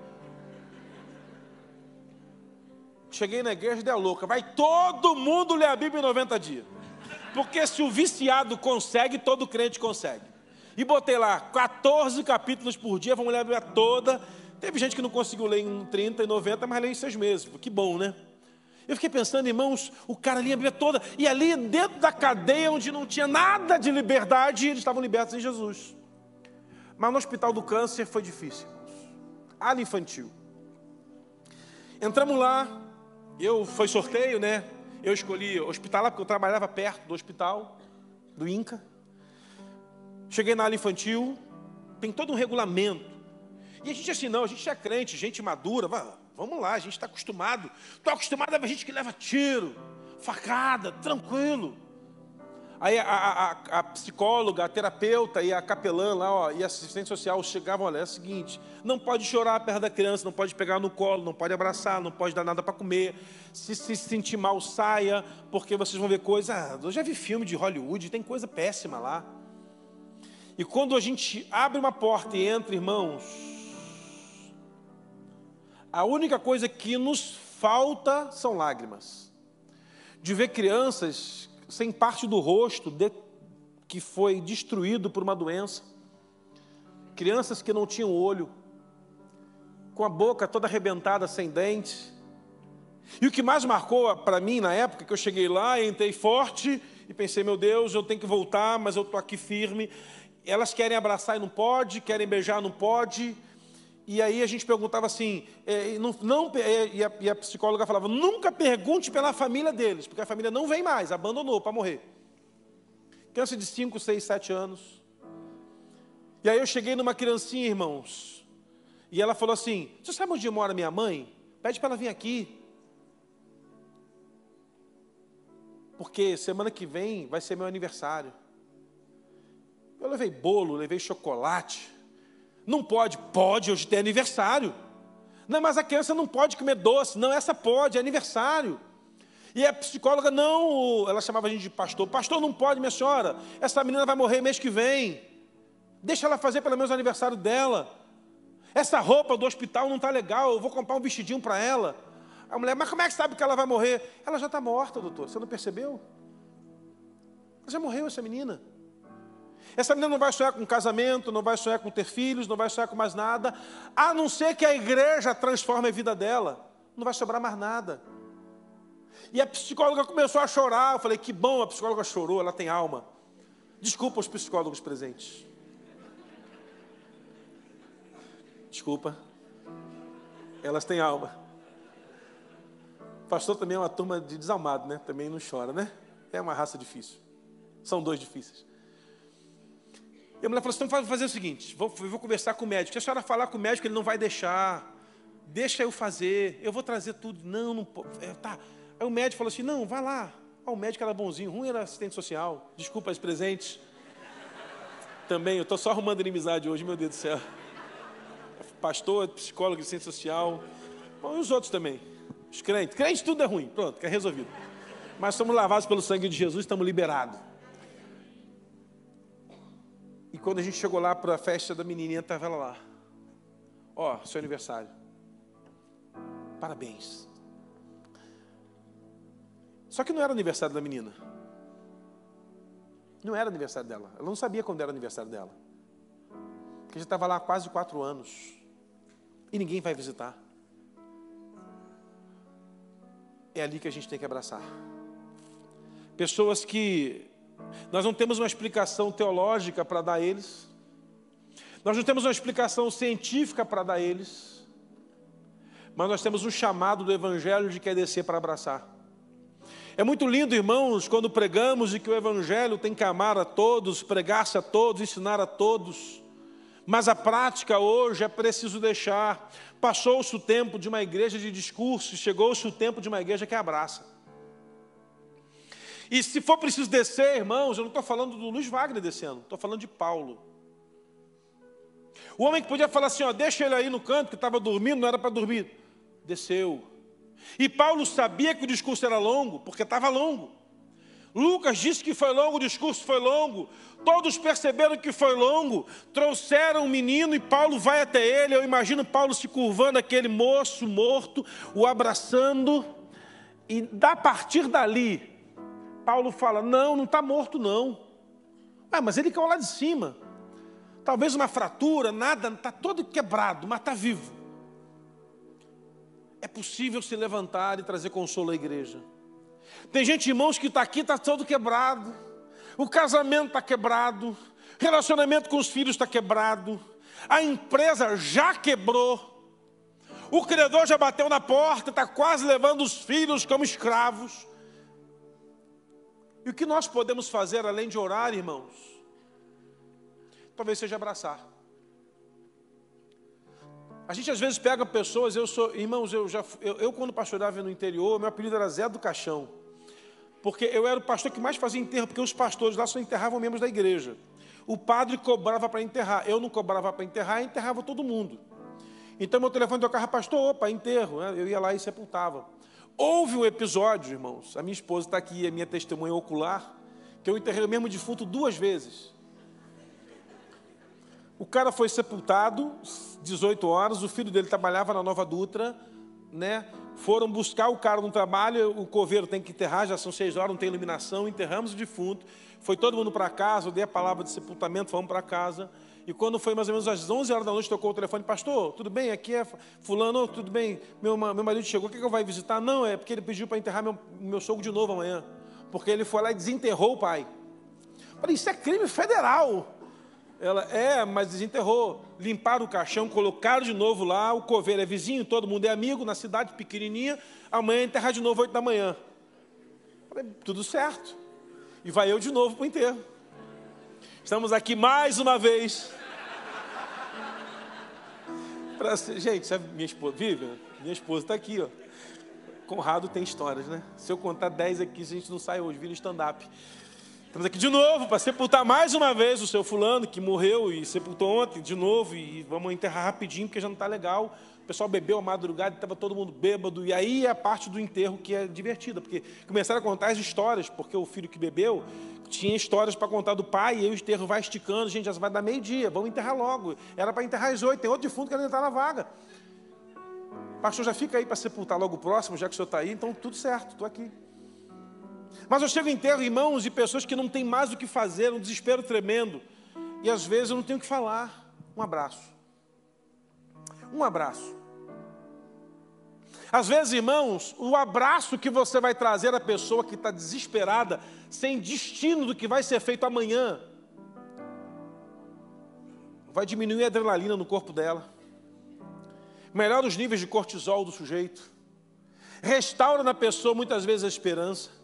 Cheguei na igreja e dei a louca. Vai todo mundo ler a Bíblia em noventa dias. Porque se o viciado consegue, todo crente consegue. E botei lá quatorze capítulos por dia, vamos ler a Bíblia toda. Teve gente que não conseguiu ler em trinta e noventa, mas leu em seis meses. Que bom, né? Eu fiquei pensando, irmãos, o cara lia a Bíblia toda. E ali dentro da cadeia, onde não tinha nada de liberdade, eles estavam libertos em Jesus. Mas no hospital do câncer foi difícil, irmãos. Ala infantil. Entramos lá, eu, foi sorteio, né? Eu escolhi hospitalar, porque eu trabalhava perto do hospital, do INCA. Cheguei na ala infantil, tem todo um regulamento. E a gente assim, não, a gente é crente, gente madura, vamos lá, a gente está acostumado. Estou acostumado a ver gente que leva tiro, facada, tranquilo. Aí a, a, a, a psicóloga, a terapeuta e a capelã lá, ó, e a assistente social chegavam, olha, é o seguinte, não pode chorar perto da criança, não pode pegar no colo, não pode abraçar, não pode dar nada para comer. Se se sentir mal, saia, porque vocês vão ver coisa. Ah, eu já vi filme de Hollywood, tem coisa péssima lá. E quando a gente abre uma porta e entra, irmãos, a única coisa que nos falta são lágrimas. De ver crianças sem parte do rosto de, que foi destruído por uma doença. Crianças que não tinham olho, com a boca toda arrebentada, sem dentes. E o que mais marcou para mim na época, que eu cheguei lá, entrei forte e pensei, meu Deus, eu tenho que voltar, mas eu estou aqui firme. Elas querem abraçar e não pode, querem beijar, não pode. E aí a gente perguntava assim, é, não, não, é, e, a, e a psicóloga falava, nunca pergunte pela família deles, porque a família não vem mais, abandonou para morrer. Criança de cinco, seis, sete anos. E aí eu cheguei numa criancinha, irmãos, e ela falou assim, você sabe onde mora minha mãe? Pede para ela vir aqui. Porque semana que vem vai ser meu aniversário. Eu levei bolo, levei chocolate. Não pode? Pode, hoje tem aniversário. Não, mas a criança não pode comer doce. Não, essa pode, é aniversário. E a psicóloga, não, ela chamava a gente de pastor. Pastor, não pode, minha senhora. Essa menina vai morrer mês que vem. Deixa ela fazer pelo menos o aniversário dela. Essa roupa do hospital não está legal, eu vou comprar um vestidinho para ela. A mulher, mas como é que sabe que ela vai morrer? Ela já está morta, doutor, você não percebeu? Ela já morreu, essa menina. Essa menina não vai sonhar com casamento, não vai sonhar com ter filhos, não vai sonhar com mais nada, a não ser que a igreja transforme a vida dela. Não vai sobrar mais nada. E a psicóloga começou a chorar. Eu falei, que bom, a psicóloga chorou, ela tem alma. Desculpa os psicólogos presentes. Desculpa. Elas têm alma. Pastor também é uma turma de desalmado, né? Também não chora, né? É uma raça difícil. São dois difíceis. E a mulher falou assim, então vamos fazer o seguinte, vou, vou conversar com o médico. Se a senhora falar com o médico, ele não vai deixar. Deixa eu fazer, eu vou trazer tudo. Não, não pode. É, tá. Aí o médico falou assim, não, vai lá. Ah, o médico era bonzinho, ruim era assistente social. Desculpa os presentes. Também, eu estou só arrumando inimizade hoje, meu Deus do céu. Pastor, psicólogo, assistente social. Bom, e os outros também. Os crentes. Crentes tudo é ruim, pronto, que é resolvido. Mas somos lavados pelo sangue de Jesus, estamos liberados. E quando a gente chegou lá para a festa da menininha, estava ela lá. Ó, seu aniversário. Parabéns. Só que não era aniversário da menina. Não era aniversário dela. Ela não sabia quando era aniversário dela. Porque já estava lá há quase quatro anos. E ninguém vai visitar. É ali que a gente tem que abraçar. Pessoas que nós não temos uma explicação teológica para dar a eles. Nós não temos uma explicação científica para dar a eles. Mas nós temos um chamado do Evangelho de querer descer para abraçar. É muito lindo, irmãos, quando pregamos de que o Evangelho tem que amar a todos, pregar-se a todos, ensinar a todos. Mas a prática hoje é preciso deixar. Passou-se o tempo de uma igreja de discurso, chegou-se o tempo de uma igreja que abraça. E se for preciso descer, irmãos, eu não estou falando do Luiz Wagner descendo, estou falando de Paulo. O homem que podia falar assim, ó, deixa ele aí no canto, que estava dormindo, não era para dormir. Desceu. E Paulo sabia que o discurso era longo, porque estava longo. Lucas disse que foi longo, o discurso foi longo. Todos perceberam que foi longo. Trouxeram o menino e Paulo vai até ele. Eu imagino Paulo se curvando, aquele moço morto, o abraçando. E a partir dali, Paulo fala, não, não está morto não. Ah, mas ele caiu lá de cima. Talvez uma fratura, nada, está todo quebrado, mas está vivo. É possível se levantar e trazer consolo à igreja. Tem gente, irmãos, que está aqui, está todo quebrado. O casamento está quebrado. Relacionamento com os filhos está quebrado. A empresa já quebrou. O credor já bateu na porta, está quase levando os filhos como escravos. E o que nós podemos fazer, além de orar, irmãos? Talvez seja abraçar. A gente às vezes pega pessoas, eu sou, irmãos, eu já, eu, eu quando pastoreava no interior, meu apelido era Zé do Caixão. Porque eu era o pastor que mais fazia enterro, porque os pastores lá só enterravam membros da igreja. O padre cobrava para enterrar, eu não cobrava para enterrar, enterrava todo mundo. Então meu telefone tocava, pastor, opa, enterro, né? Eu ia lá e sepultava. Houve um episódio, irmãos, a minha esposa está aqui, a minha testemunha ocular, que eu enterrei o mesmo defunto duas vezes. O cara foi sepultado, dezoito horas, o filho dele trabalhava na Nova Dutra, né? Foram buscar o cara no trabalho, o coveiro tem que enterrar, já são seis horas, não tem iluminação, enterramos o defunto, foi todo mundo para casa, eu dei a palavra de sepultamento, fomos para casa, e quando foi mais ou menos às onze horas da noite, tocou o telefone, pastor, tudo bem, aqui é fulano, oh, tudo bem, meu, meu marido chegou, o que, que eu vai visitar? Não, é porque ele pediu para enterrar meu, meu sogro de novo amanhã, porque ele foi lá e desenterrou o pai. Eu falei, isso é crime federal. Ela, é, mas desenterrou. Limparam o caixão, colocaram de novo lá, o coveiro é vizinho, todo mundo é amigo, na cidade pequenininha, amanhã enterrar de novo, oito da manhã. Falei, tudo certo. E vai eu de novo para o enterro. Estamos aqui mais uma vez. Pra, gente, sabe minha esposa, Vivian? Minha esposa está aqui, ó. Conrado tem histórias, né? Se eu contar dez aqui, a gente não sai hoje, vira stand-up. Estamos aqui de novo para sepultar mais uma vez o seu fulano, que morreu e sepultou ontem, de novo, e vamos enterrar rapidinho, porque já não está legal. O pessoal bebeu a madrugada, estava todo mundo bêbado, e aí é a parte do enterro que é divertida, porque começaram a contar as histórias, porque o filho que bebeu tinha histórias para contar do pai, e aí o enterro vai esticando, gente, já vai dar meio-dia, vamos enterrar logo. Era para enterrar às oito, tem outro defunto que querendo entrar na vaga. Pastor, já fica aí para sepultar logo próximo, já que o senhor está aí, então tudo certo, estou aqui. Mas eu chego em enterro, irmãos, e pessoas que não têm mais o que fazer, um desespero tremendo. E às vezes eu não tenho o que falar. Um abraço. Um abraço. Às vezes, irmãos, o abraço que você vai trazer à pessoa que está desesperada, sem destino do que vai ser feito amanhã, vai diminuir a adrenalina no corpo dela. Melhora os níveis de cortisol do sujeito. Restaura na pessoa, muitas vezes, a esperança.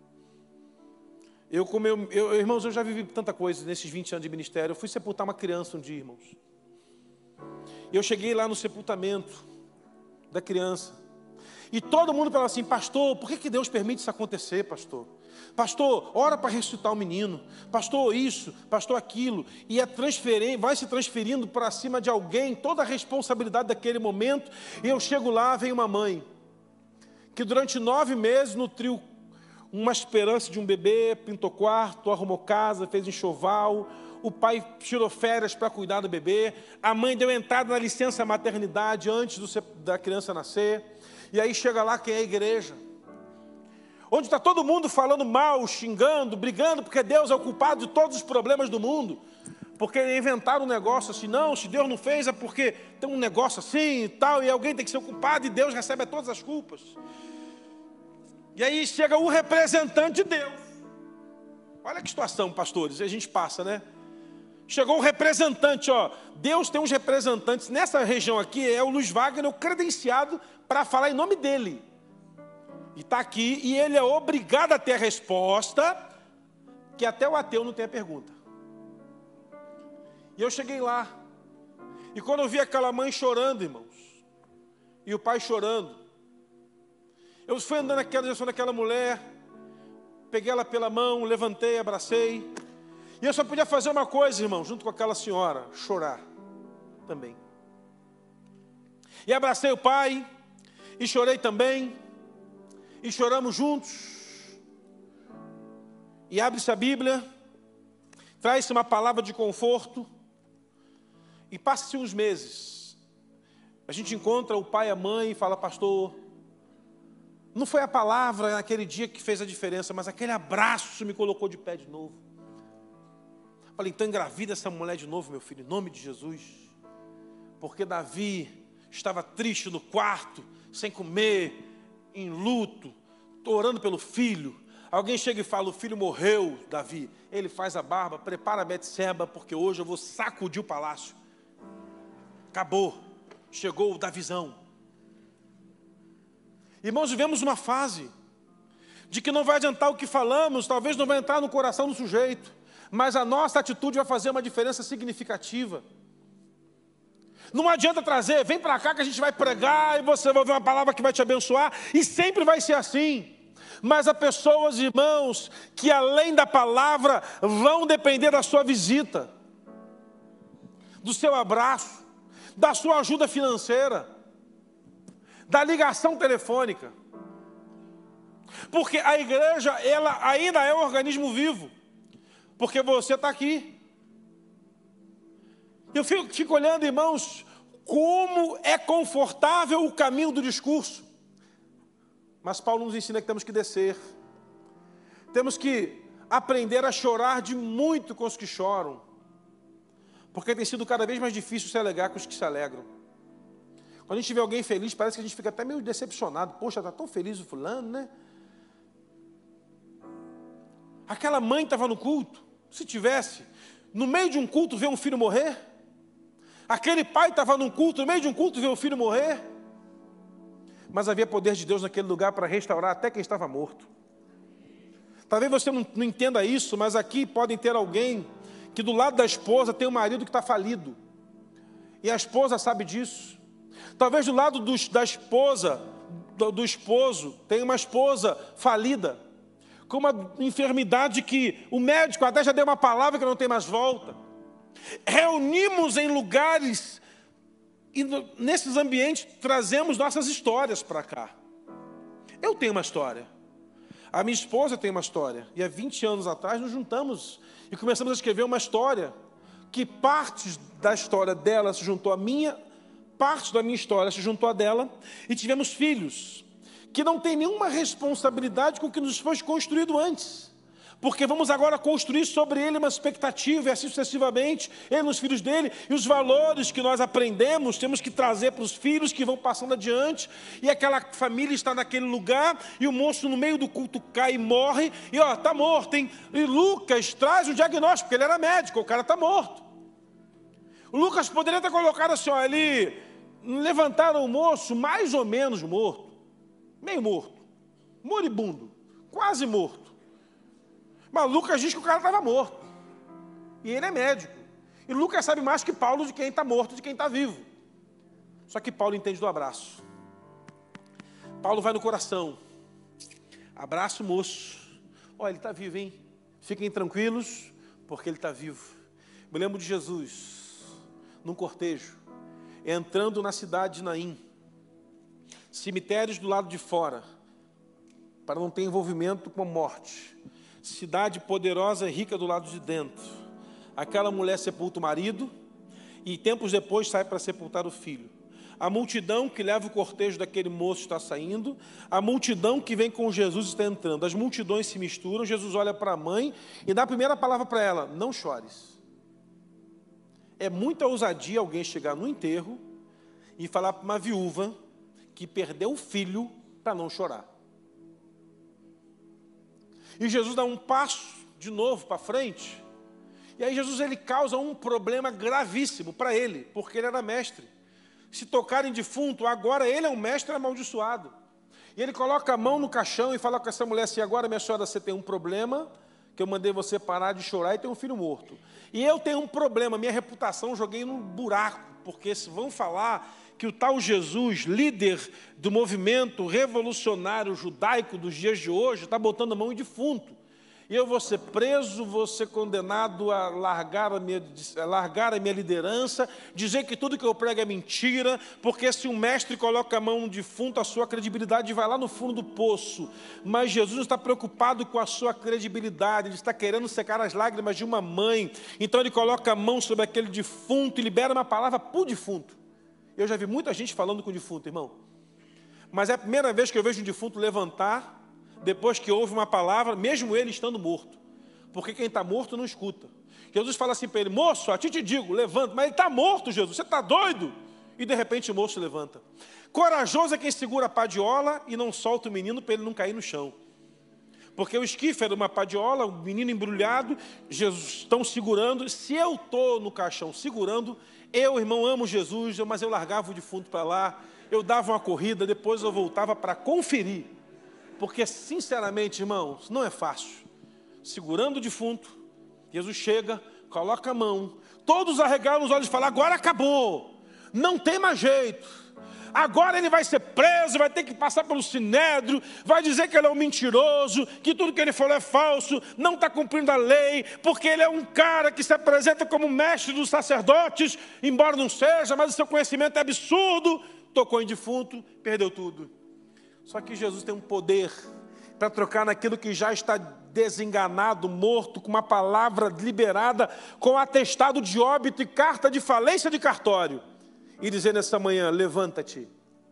Eu, como eu, eu, irmãos, eu já vivi tanta coisa nesses vinte anos de ministério. Eu fui sepultar uma criança um dia, irmãos. E eu cheguei lá no sepultamento da criança. E todo mundo falava assim, pastor, por que, que Deus permite isso acontecer, pastor? Pastor, ora para ressuscitar o menino. Pastor, isso, pastor, aquilo. E é transferir, vai se transferindo para cima de alguém toda a responsabilidade daquele momento. E eu chego lá, vem uma mãe, que durante nove meses nutriu uma esperança de um bebê, pintou quarto, arrumou casa, fez enxoval. O pai tirou férias para cuidar do bebê. A mãe deu entrada na licença maternidade antes do, da criança nascer. E aí chega lá quem é a igreja. onde está todo mundo falando mal, xingando, brigando, porque Deus é o culpado de todos os problemas do mundo, porque inventaram um negócio assim, não, se Deus não fez é porque tem um negócio assim e tal, e alguém tem que ser o culpado, e Deus recebe todas as culpas. E aí chega o representante de Deus. Olha que situação, pastores, e a gente passa, né? Chegou o representante, ó. Deus tem uns representantes, nessa região aqui, é o Luiz Wagner, o credenciado para falar em nome dele. E está aqui, e ele é obrigado a ter a resposta, que até o ateu não tem a pergunta. E eu cheguei lá, e quando eu vi aquela mãe chorando, irmãos, e o pai chorando, eu fui andando naquela direção daquela mulher, peguei ela pela mão, levantei, abracei, e eu só podia fazer uma coisa, irmão, junto com aquela senhora, chorar também. E abracei o pai, e chorei também, e choramos juntos. E abre-se a Bíblia, traz-se uma palavra de conforto, e passa-se uns meses. A gente encontra o pai e a mãe e fala, pastor, não foi a palavra naquele dia que fez a diferença, mas aquele abraço me colocou de pé de novo. Falei, então engravida essa mulher de novo, meu filho, em nome de Jesus. Porque Davi estava triste no quarto, sem comer, em luto, orando pelo filho. Alguém chega e fala, o filho morreu, Davi. Ele faz a barba, prepara a Betseba, porque hoje eu vou sacudir o palácio. Acabou, chegou o Davizão. Irmãos, vivemos uma fase de que não vai adiantar o que falamos, talvez não vai entrar no coração do sujeito, mas a nossa atitude vai fazer uma diferença significativa. Não adianta trazer, vem para cá que a gente vai pregar e você vai ouvir uma palavra que vai te abençoar, e sempre vai ser assim. Mas há pessoas, irmãos, que além da palavra vão depender da sua visita, do seu abraço, da sua ajuda financeira, da ligação telefônica. Porque a igreja, ela ainda é um organismo vivo, porque você está aqui. Eu fico, fico olhando, irmãos, como é confortável o caminho do discurso. Mas Paulo nos ensina que temos que descer. Temos que aprender a chorar de muito com os que choram. Porque tem sido cada vez mais difícil se alegrar com os que se alegram. Quando a gente vê alguém feliz, parece que a gente fica até meio decepcionado. Poxa, está tão feliz o fulano, né? Aquela mãe estava no culto. Se tivesse, no meio de um culto, ver um filho morrer. Aquele pai estava num culto, no meio de um culto, ver o filho morrer. Mas havia poder de Deus naquele lugar para restaurar até quem estava morto. Talvez você não, não entenda isso, mas aqui podem ter alguém que do lado da esposa tem um marido que está falido. E a esposa sabe disso. Talvez do lado do, da esposa, do, do esposo, tem uma esposa falida, com uma enfermidade que o médico até já deu uma palavra que não tem mais volta. Reunimos em lugares e nesses ambientes trazemos nossas histórias para cá. Eu tenho uma história. A minha esposa tem uma história. E há vinte anos atrás nos juntamos e começamos a escrever uma história que partes da história dela se juntou à minha, parte da minha história se juntou à dela, e tivemos filhos que não têm nenhuma responsabilidade com o que nos foi construído antes. Porque vamos agora construir sobre ele uma expectativa, e assim sucessivamente, ele nos filhos dele, e os valores que nós aprendemos, temos que trazer para os filhos que vão passando adiante, e aquela família está naquele lugar, e o moço no meio do culto cai e morre, e ó, está morto, hein? E Lucas traz o diagnóstico, porque ele era médico, o cara está morto. O Lucas poderia ter colocado assim, ó, ali, levantaram o moço mais ou menos morto, meio morto, moribundo, quase morto. Mas Lucas diz que o cara estava morto. E ele é médico. E Lucas sabe mais que Paulo de quem está morto e de quem está vivo. Só que Paulo entende do abraço. Paulo vai no coração. Abraça o moço. Olha, ele está vivo, hein? Fiquem tranquilos, porque ele está vivo. Me lembro de Jesus, num cortejo, entrando na cidade de Naim. Cemitérios do lado de fora, para não ter envolvimento com a morte. Cidade poderosa e rica do lado de dentro. Aquela mulher sepulta o marido e tempos depois sai para sepultar o filho. a multidão que leva o cortejo daquele moço está saindo, a multidão que vem com Jesus está entrando. As multidões se misturam, Jesus olha para a mãe e dá a primeira palavra para ela: não chores. É muita ousadia alguém chegar no enterro e falar para uma viúva que perdeu o filho para não chorar. E Jesus dá um passo de novo para frente. E aí Jesus ele causa um problema gravíssimo para ele, porque ele era mestre. Se tocarem defunto, agora ele é um mestre amaldiçoado. E ele coloca a mão no caixão e fala com essa mulher assim: agora minha senhora, você tem um problema, que eu mandei você parar de chorar e tem um filho morto. E eu tenho um problema, minha reputação eu joguei num buraco, porque se vão falar que o tal Jesus, líder do movimento revolucionário judaico dos dias de hoje, está botando a mão em defunto. E eu vou ser preso, vou ser condenado a largar a, minha, a largar a minha liderança, dizer que tudo que eu prego é mentira, porque se um mestre coloca a mão no defunto, a sua credibilidade vai lá no fundo do poço. Mas Jesus não está preocupado com a sua credibilidade, ele está querendo secar as lágrimas de uma mãe. Então ele coloca a mão sobre aquele defunto e libera uma palavra para o defunto. Eu já vi muita gente falando com o defunto, irmão. Mas é a primeira vez que eu vejo um defunto levantar depois que ouve uma palavra, mesmo ele estando morto. Porque quem está morto não escuta. Jesus fala assim para ele: moço, a ti te digo, levanta. Mas ele está morto, Jesus, você está doido? E de repente o moço levanta. Corajoso é quem segura a padiola e não solta o menino para ele não cair no chão. Porque o esquife era uma padiola, o menino embrulhado, Jesus estão segurando. Se eu estou no caixão segurando, eu, irmão, amo Jesus, mas eu largava o defunto para lá, eu dava uma corrida, depois eu voltava para conferir. Porque, sinceramente, irmãos, não é fácil. Segurando o defunto, Jesus chega, coloca a mão, todos arregalam os olhos e falam: agora acabou, não tem mais jeito. Agora ele vai ser preso, vai ter que passar pelo sinédrio, vai dizer que ele é um mentiroso, que tudo que ele falou é falso, não está cumprindo a lei, porque ele é um cara que se apresenta como mestre dos sacerdotes, embora não seja, mas o seu conhecimento é absurdo. Tocou em defunto, perdeu tudo. Só que Jesus tem um poder para trocar naquilo que já está desenganado, morto, com uma palavra liberada, com atestado de óbito e carta de falência de cartório, e dizer nessa manhã: levanta-te.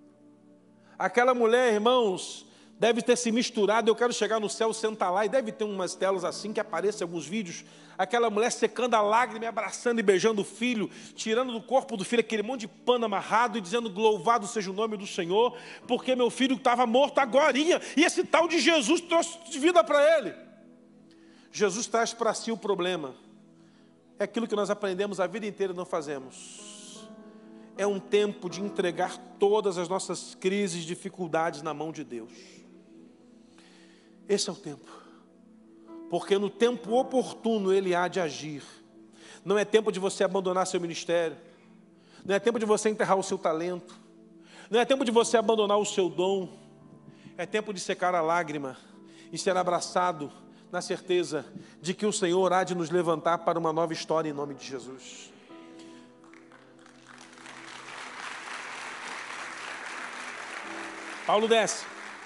Aquela mulher, irmãos, deve ter se misturado. Eu quero chegar no céu, sentar lá, e deve ter umas telas assim que aparecem alguns vídeos. Aquela mulher secando a lágrima, abraçando e beijando o filho, tirando do corpo do filho aquele monte de pano amarrado e dizendo: louvado seja o nome do Senhor, porque meu filho estava morto agorinha, e esse tal de Jesus trouxe vida para ele. Jesus traz para si o problema. É aquilo que nós aprendemos a vida inteira e não fazemos. É um tempo de entregar todas as nossas crises, dificuldades na mão de Deus. Esse é o tempo. Porque no tempo oportuno Ele há de agir. Não é tempo de você abandonar seu ministério. Não é tempo de você enterrar o seu talento. Não é tempo de você abandonar o seu dom. É tempo de secar a lágrima e ser abraçado na certeza de que o Senhor há de nos levantar para uma nova história em nome de Jesus. Paulo desce.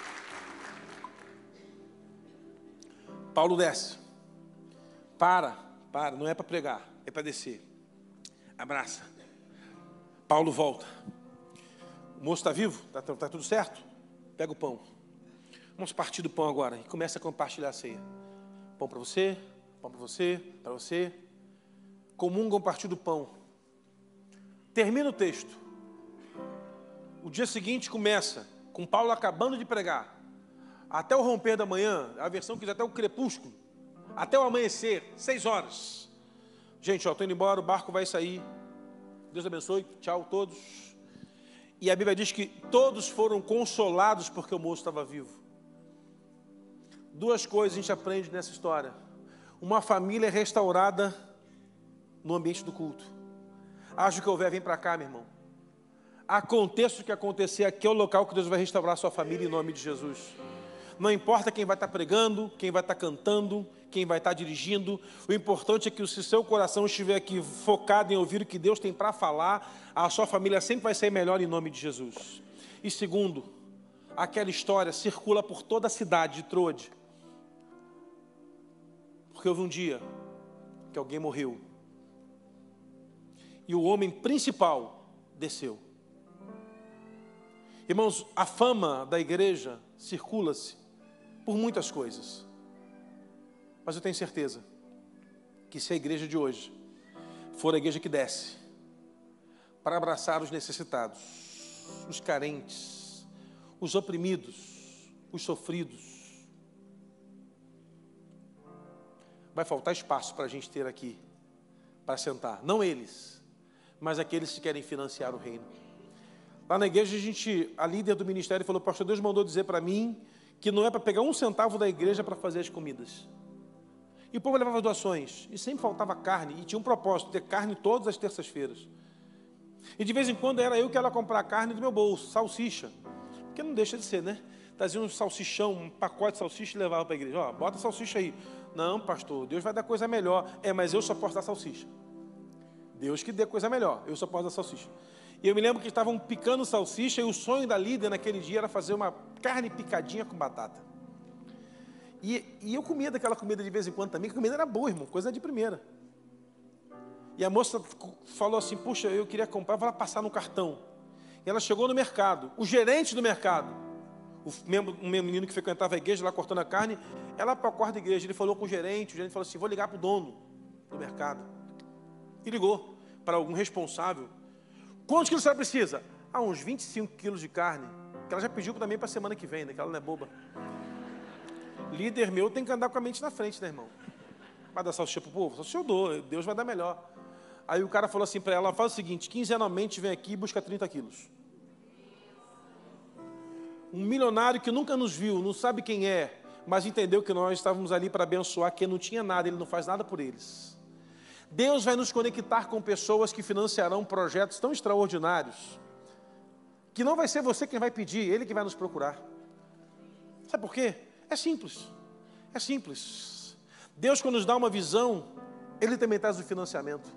Paulo desce. Para, para, não é para pregar, é para descer. Abraça. Paulo volta. O moço está vivo? Está tá tudo certo? Pega o pão. Vamos partir do pão agora e começa a compartilhar a ceia. Pão para você, pão para você, para você. Comungam partir do pão. Termina o texto. O dia seguinte começa com Paulo acabando de pregar. Até o romper da manhã, a versão que diz até o crepúsculo, até o amanhecer, seis horas. Gente, ó, estou indo embora, o barco vai sair. Deus abençoe, tchau todos. E a Bíblia diz que todos foram consolados porque o moço estava vivo. Duas coisas a gente aprende nessa história. Uma família restaurada no ambiente do culto. Acho que houver, vem para cá, meu irmão. Aconteça o que acontecer, aqui é o local que Deus vai restaurar a sua família em nome de Jesus. Não importa quem vai estar pregando, quem vai estar cantando, quem vai estar dirigindo. O importante é que se o seu coração estiver aqui focado em ouvir o que Deus tem para falar, a sua família sempre vai ser melhor em nome de Jesus. E segundo, aquela história circula por toda a cidade de Troade. Porque houve um dia que alguém morreu. E o homem principal desceu. Irmãos, a fama da igreja circula-se por muitas coisas. Mas eu tenho certeza que se a igreja de hoje for a igreja que desce para abraçar os necessitados, os carentes, os oprimidos, os sofridos, vai faltar espaço para a gente ter aqui, para sentar. Não eles, mas aqueles que querem financiar o reino. Lá na igreja, a gente, a líder do ministério falou: pastor, Deus mandou dizer para mim que não é para pegar um centavo da igreja para fazer as comidas. E o povo levava doações, e sempre faltava carne, e tinha um propósito, ter carne todas as terças-feiras. E de vez em quando era eu que ia comprar carne do meu bolso, salsicha, porque não deixa de ser, né? Trazia um salsichão, um pacote de salsicha e levava para a igreja. Ó, bota salsicha aí. Não, pastor, Deus vai dar coisa melhor. É, mas eu só posso dar salsicha. Deus que dê coisa melhor, eu só posso dar salsicha. E eu me lembro que estavam picando salsicha, e o sonho da líder naquele dia era fazer uma carne picadinha com batata. E, e eu comia daquela comida de vez em quando também, que a comida era boa, irmão, coisa de primeira. E a moça falou assim: puxa, eu queria comprar, vou lá passar no cartão. E ela chegou no mercado, o gerente do mercado, o membro, um menino que frequentava a igreja lá cortando a carne, ela para o quarto da igreja, ele falou com o gerente, o gerente falou assim: vou ligar para o dono do mercado. E ligou para algum responsável. Quantos quilos a senhora precisa? Ah, uns vinte e cinco quilos de carne, que ela já pediu também para a semana que vem, né? Que ela não é boba. Líder meu tem que andar com a mente na frente, né, irmão? Vai dar salsicha para o povo? Salsicha eu dou, Deus vai dar melhor. Aí o cara falou assim para ela: faz o seguinte, quinzenalmente vem aqui e busca trinta quilos. Um milionário que nunca nos viu, não sabe quem é, mas entendeu que nós estávamos ali para abençoar quem não tinha nada, ele não faz nada por eles. Deus vai nos conectar com pessoas que financiarão projetos tão extraordinários, que não vai ser você quem vai pedir, Ele que vai nos procurar. Sabe por quê? É simples, é simples. Deus, quando nos dá uma visão, Ele também traz o financiamento.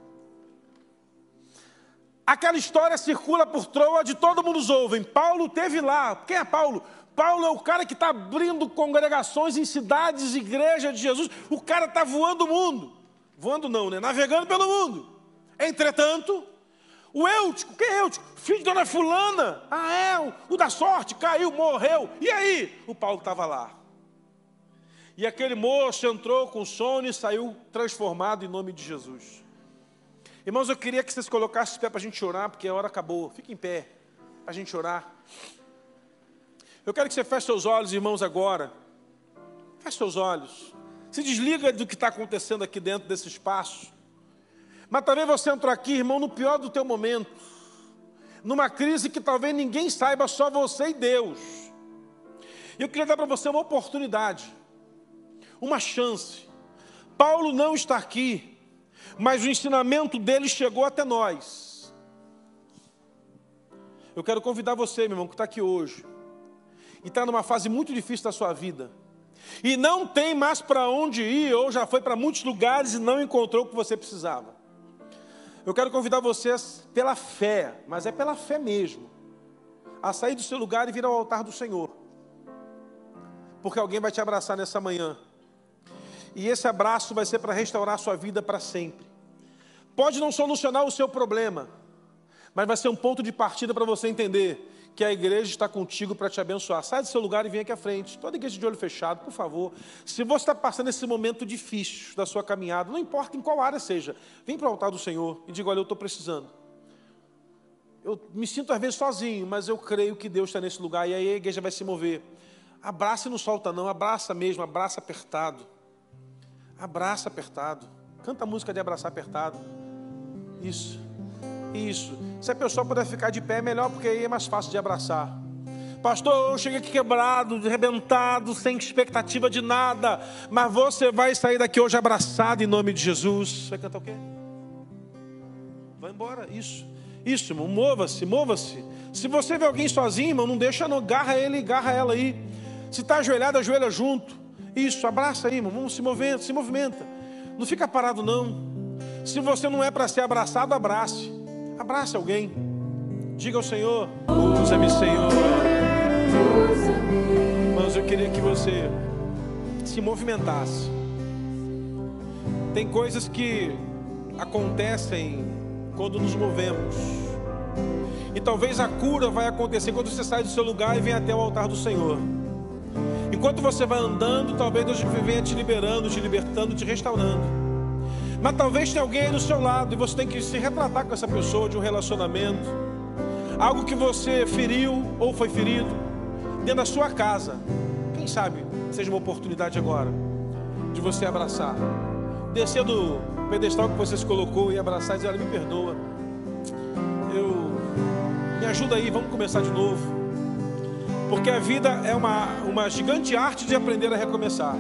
Aquela história circula por Troade, todo mundo os ouve. Paulo teve lá. Quem é Paulo? Paulo é o cara que está abrindo congregações em cidades, igreja de Jesus. O cara está voando o mundo. Voando não, né? Navegando pelo mundo. Entretanto, o Eutico, quem é Eutico? Filho de dona fulana. Ah, é, o, o da sorte, caiu, morreu. E aí? O Paulo estava lá. E aquele moço entrou com sono e saiu transformado em nome de Jesus. Irmãos, eu queria que vocês colocassem o pé para a gente orar, porque a hora acabou. Fique em pé, para a gente orar. Eu quero que você feche seus olhos, irmãos, agora. Feche seus olhos. Se desliga do que está acontecendo aqui dentro desse espaço. Mas talvez você entrou aqui, irmão, no pior do teu momento. Numa crise que talvez ninguém saiba, só você e Deus. E eu queria dar para você uma oportunidade. Uma chance. Paulo não está aqui, mas o ensinamento dele chegou até nós. Eu quero convidar você, meu irmão, que está aqui hoje, e está numa fase muito difícil da sua vida, e não tem mais para onde ir, ou já foi para muitos lugares e não encontrou o que você precisava. Eu quero convidar vocês pela fé, mas é pela fé mesmo, a sair do seu lugar e vir ao altar do Senhor, porque alguém vai te abraçar nessa manhã. E esse abraço vai ser para restaurar a sua vida para sempre. Pode não solucionar o seu problema, mas vai ser um ponto de partida para você entender que a igreja está contigo para te abençoar. Sai do seu lugar e vem aqui à frente. Toda igreja de olho fechado, por favor. Se você está passando esse momento difícil da sua caminhada, não importa em qual área seja, vem para o altar do Senhor e diga: olha, eu estou precisando. Eu me sinto às vezes sozinho, mas eu creio que Deus está nesse lugar e aí a igreja vai se mover. Abraça e não solta não, abraça mesmo, abraça apertado. Abraça apertado. Canta a música de abraçar apertado. Isso, isso. Se a pessoa puder ficar de pé, é melhor, porque aí é mais fácil de abraçar. Pastor, eu cheguei aqui quebrado, arrebentado, sem expectativa de nada, mas você vai sair daqui hoje abraçado em nome de Jesus. Vai cantar o quê? Vai embora, isso. Isso, irmão, mova-se, mova-se. Se você vê alguém sozinho, irmão, não deixa não, agarra ele, agarra ela aí. Se está ajoelhado, ajoelha junto. Isso, abraça aí, irmão, vamos se movendo, se movimenta. Não fica parado não. Se você não é para ser abraçado, abrace. Abrace alguém. Diga ao Senhor: usa-me, Senhor. Mas eu queria que você se movimentasse. Tem coisas que acontecem quando nos movemos. E talvez a cura vai acontecer quando você sai do seu lugar e vem até o altar do Senhor. Enquanto você vai andando, talvez Deus venha te liberando, te libertando, te restaurando. Mas talvez tenha alguém aí do seu lado e você tem que se retratar com essa pessoa de um relacionamento. Algo que você feriu ou foi ferido dentro da sua casa. Quem sabe seja uma oportunidade agora de você abraçar. Descer do pedestal que você se colocou e abraçar e dizer: olha, me perdoa. Eu... Me ajuda aí, vamos começar de novo. Porque a vida é uma, uma gigante arte de aprender a recomeçar.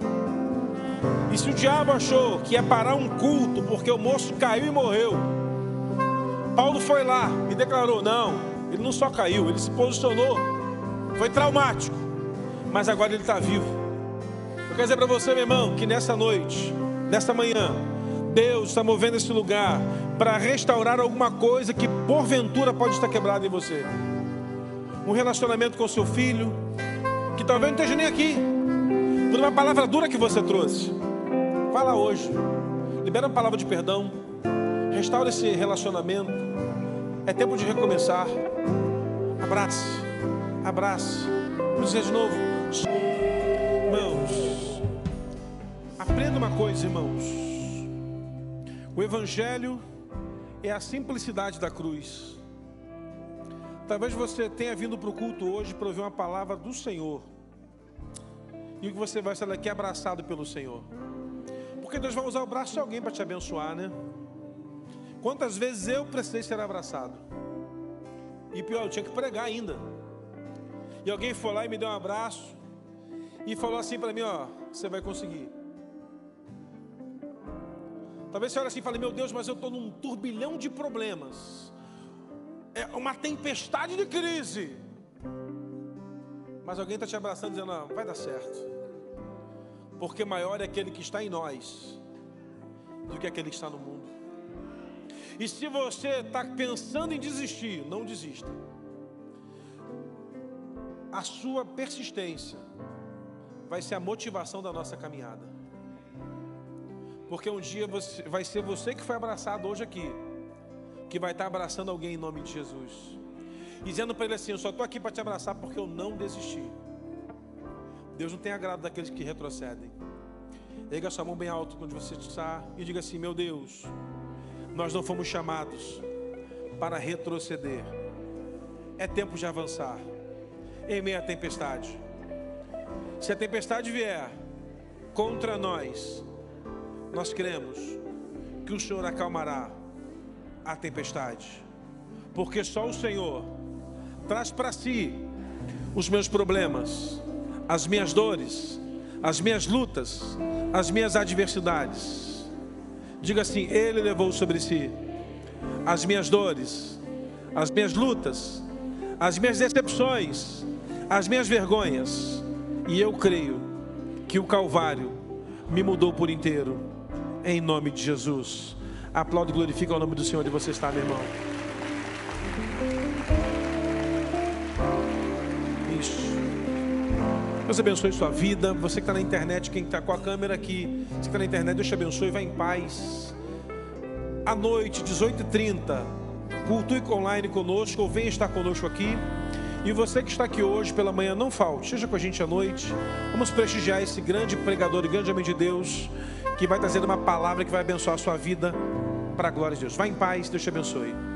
E se o diabo achou que ia parar um culto porque o moço caiu e morreu, Paulo foi lá e declarou: não, ele não só caiu, ele se posicionou. Foi traumático, mas agora ele está vivo. Eu quero dizer para você, meu irmão, que nessa noite, nessa manhã, Deus está movendo esse lugar para restaurar alguma coisa que porventura pode estar quebrada em você. Um relacionamento com seu filho, que talvez não esteja nem aqui, por uma palavra dura que você trouxe. Fala hoje, libera uma palavra de perdão, restaura esse relacionamento. É tempo de recomeçar. Abrace, abrace. Vou dizer de novo, irmãos, aprenda uma coisa, irmãos. O Evangelho é a simplicidade da cruz. Talvez você tenha vindo para o culto hoje para ouvir uma palavra do Senhor, e que você vai sair daqui abraçado pelo Senhor. Porque Deus vai usar o braço de alguém para te abençoar, né? Quantas vezes eu precisei ser abraçado? E pior, eu tinha que pregar ainda. E alguém foi lá e me deu um abraço e falou assim para mim: ó, você vai conseguir. Talvez você olhe assim e fale: meu Deus, mas eu estou num turbilhão de problemas. É uma tempestade de crise. Mas alguém está te abraçando dizendo: não, vai dar certo. Porque maior é aquele que está em nós do que aquele que está no mundo. E se você está pensando em desistir, não desista. A sua persistência vai ser a motivação da nossa caminhada. Porque um dia você, vai ser você que foi abraçado hoje aqui, que vai estar abraçando alguém em nome de Jesus, e dizendo para ele assim: eu só estou aqui para te abraçar porque eu não desisti. Deus não tem agrado daqueles que retrocedem. Erga sua mão bem alto onde você está e diga assim: meu Deus, nós não fomos chamados para retroceder. É tempo de avançar em meio à tempestade. Se a tempestade vier contra nós, nós cremos que o Senhor acalmará a tempestade, porque só o Senhor traz para si os meus problemas, as minhas dores, as minhas lutas, as minhas adversidades. Diga assim: Ele levou sobre si as minhas dores, as minhas lutas, as minhas decepções, as minhas vergonhas, e eu creio que o Calvário me mudou por inteiro, em nome de Jesus. Aplaude e glorifica o nome do Senhor onde você está, meu irmão. Isso. Deus abençoe sua vida. Você que está na internet, quem está com a câmera aqui, você que está na internet, Deus te abençoe, vai em paz. À noite, dezoito e trinta, cultue online conosco, ou venha estar conosco aqui. E você que está aqui hoje pela manhã, não falte, esteja com a gente à noite. Vamos prestigiar esse grande pregador e grande homem de Deus, que vai trazer uma palavra que vai abençoar a sua vida para a glória de Deus. Vá em paz, Deus te abençoe.